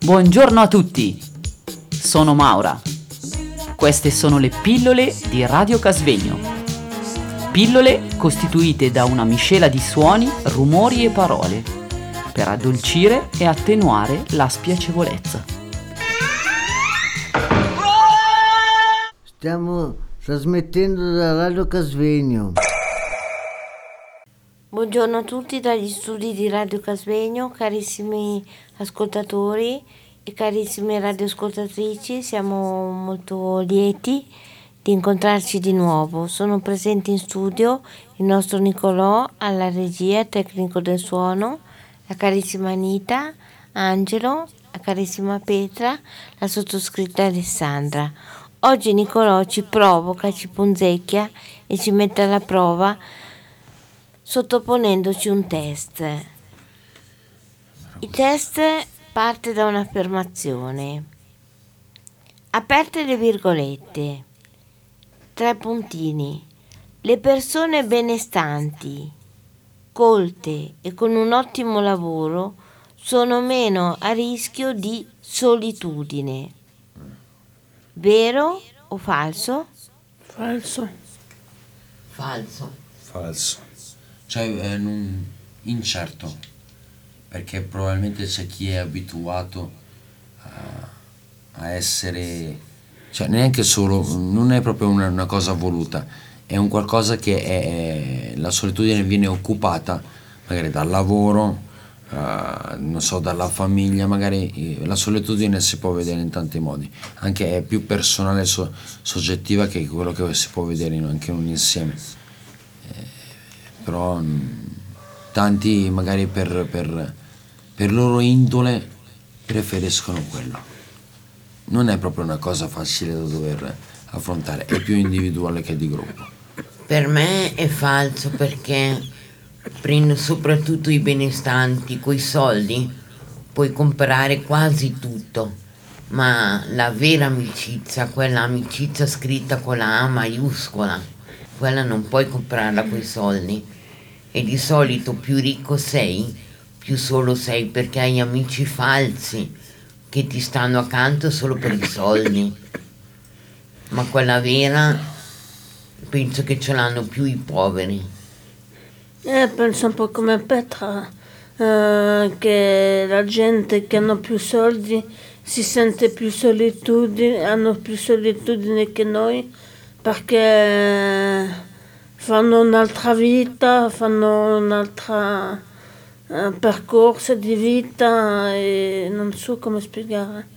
Buongiorno a tutti, sono Maura. Queste sono le pillole di Radio Casvegno. Pillole costituite da una miscela di suoni, rumori e parole per addolcire e attenuare la spiacevolezza. Stiamo trasmettendo da Radio Casvegno. Buongiorno a tutti dagli studi di Radio Casvegno, carissimi ascoltatori e carissime radioascoltatrici, siamo molto lieti di incontrarci di nuovo. Sono presenti in studio il nostro Nicolò alla regia, tecnico del suono, la carissima Anita, Angelo, la carissima Petra, la sottoscritta Alessandra. Oggi Nicolò ci provoca, ci punzecchia e ci mette alla prova sottoponendoci un test. Il test parte da un'affermazione. Aperte le virgolette, 3 puntini. Le persone benestanti, colte e con un ottimo lavoro sono meno a rischio di solitudine. Vero o falso? Falso. Cioè incerto, perché probabilmente c'è chi è abituato a essere, cioè neanche solo, non è proprio una cosa voluta, è un qualcosa che la solitudine viene occupata magari dal lavoro, non so, dalla famiglia, magari la solitudine si può vedere in tanti modi, anche è più personale e soggettiva che quello che si può vedere anche in un insieme. Però tanti magari per loro indole preferiscono quello. Non è proprio una cosa facile da dover affrontare, è più individuale che di gruppo. Per me è falso, perché prendo soprattutto i benestanti. Coi soldi puoi comprare quasi tutto, ma la vera amicizia, quella amicizia scritta con la A maiuscola, quella non puoi comprarla coi soldi. E di solito più ricco sei, più solo sei, perché hai amici falsi che ti stanno accanto solo per i soldi. Ma quella vera penso che ce l'hanno più i poveri. Penso un po' come Petra, che la gente che hanno più soldi si sente più solitudine, hanno più solitudine che noi, perché fanno un'altra vita, fanno un'altra percorso di vita e non so come spiegare.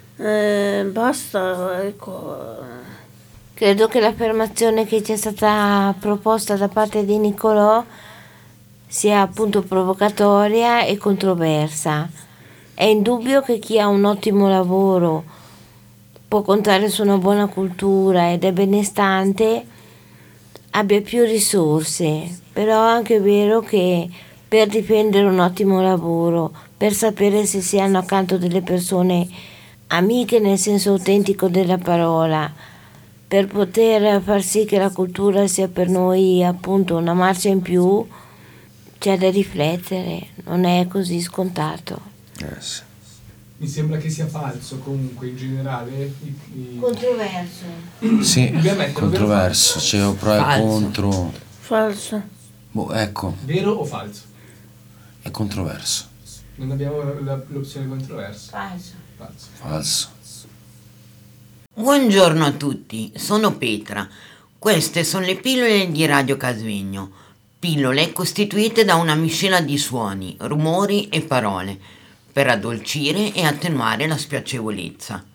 Basta, ecco. Credo che l'affermazione che ci è stata proposta da parte di Nicolò sia appunto provocatoria e controversa. È indubbio che chi ha un ottimo lavoro può contare su una buona cultura ed è benestante, abbia più risorse, però è anche vero che per difendere un ottimo lavoro, per sapere se si hanno accanto delle persone amiche nel senso autentico della parola, per poter far sì che la cultura sia per noi appunto una marcia in più, c'è da riflettere, non è così scontato. Sì. Mi sembra che sia falso comunque in generale. Controverso. Sì, controverso, c'è pro e contro. Falso. Ecco. Vero o falso? È controverso. Non abbiamo l'opzione controverso. Falso. Buongiorno a tutti, sono Petra. Queste sono le pillole di Radio Casvegno. Pillole costituite da una miscela di suoni, rumori e parole per addolcire e attenuare la spiacevolezza.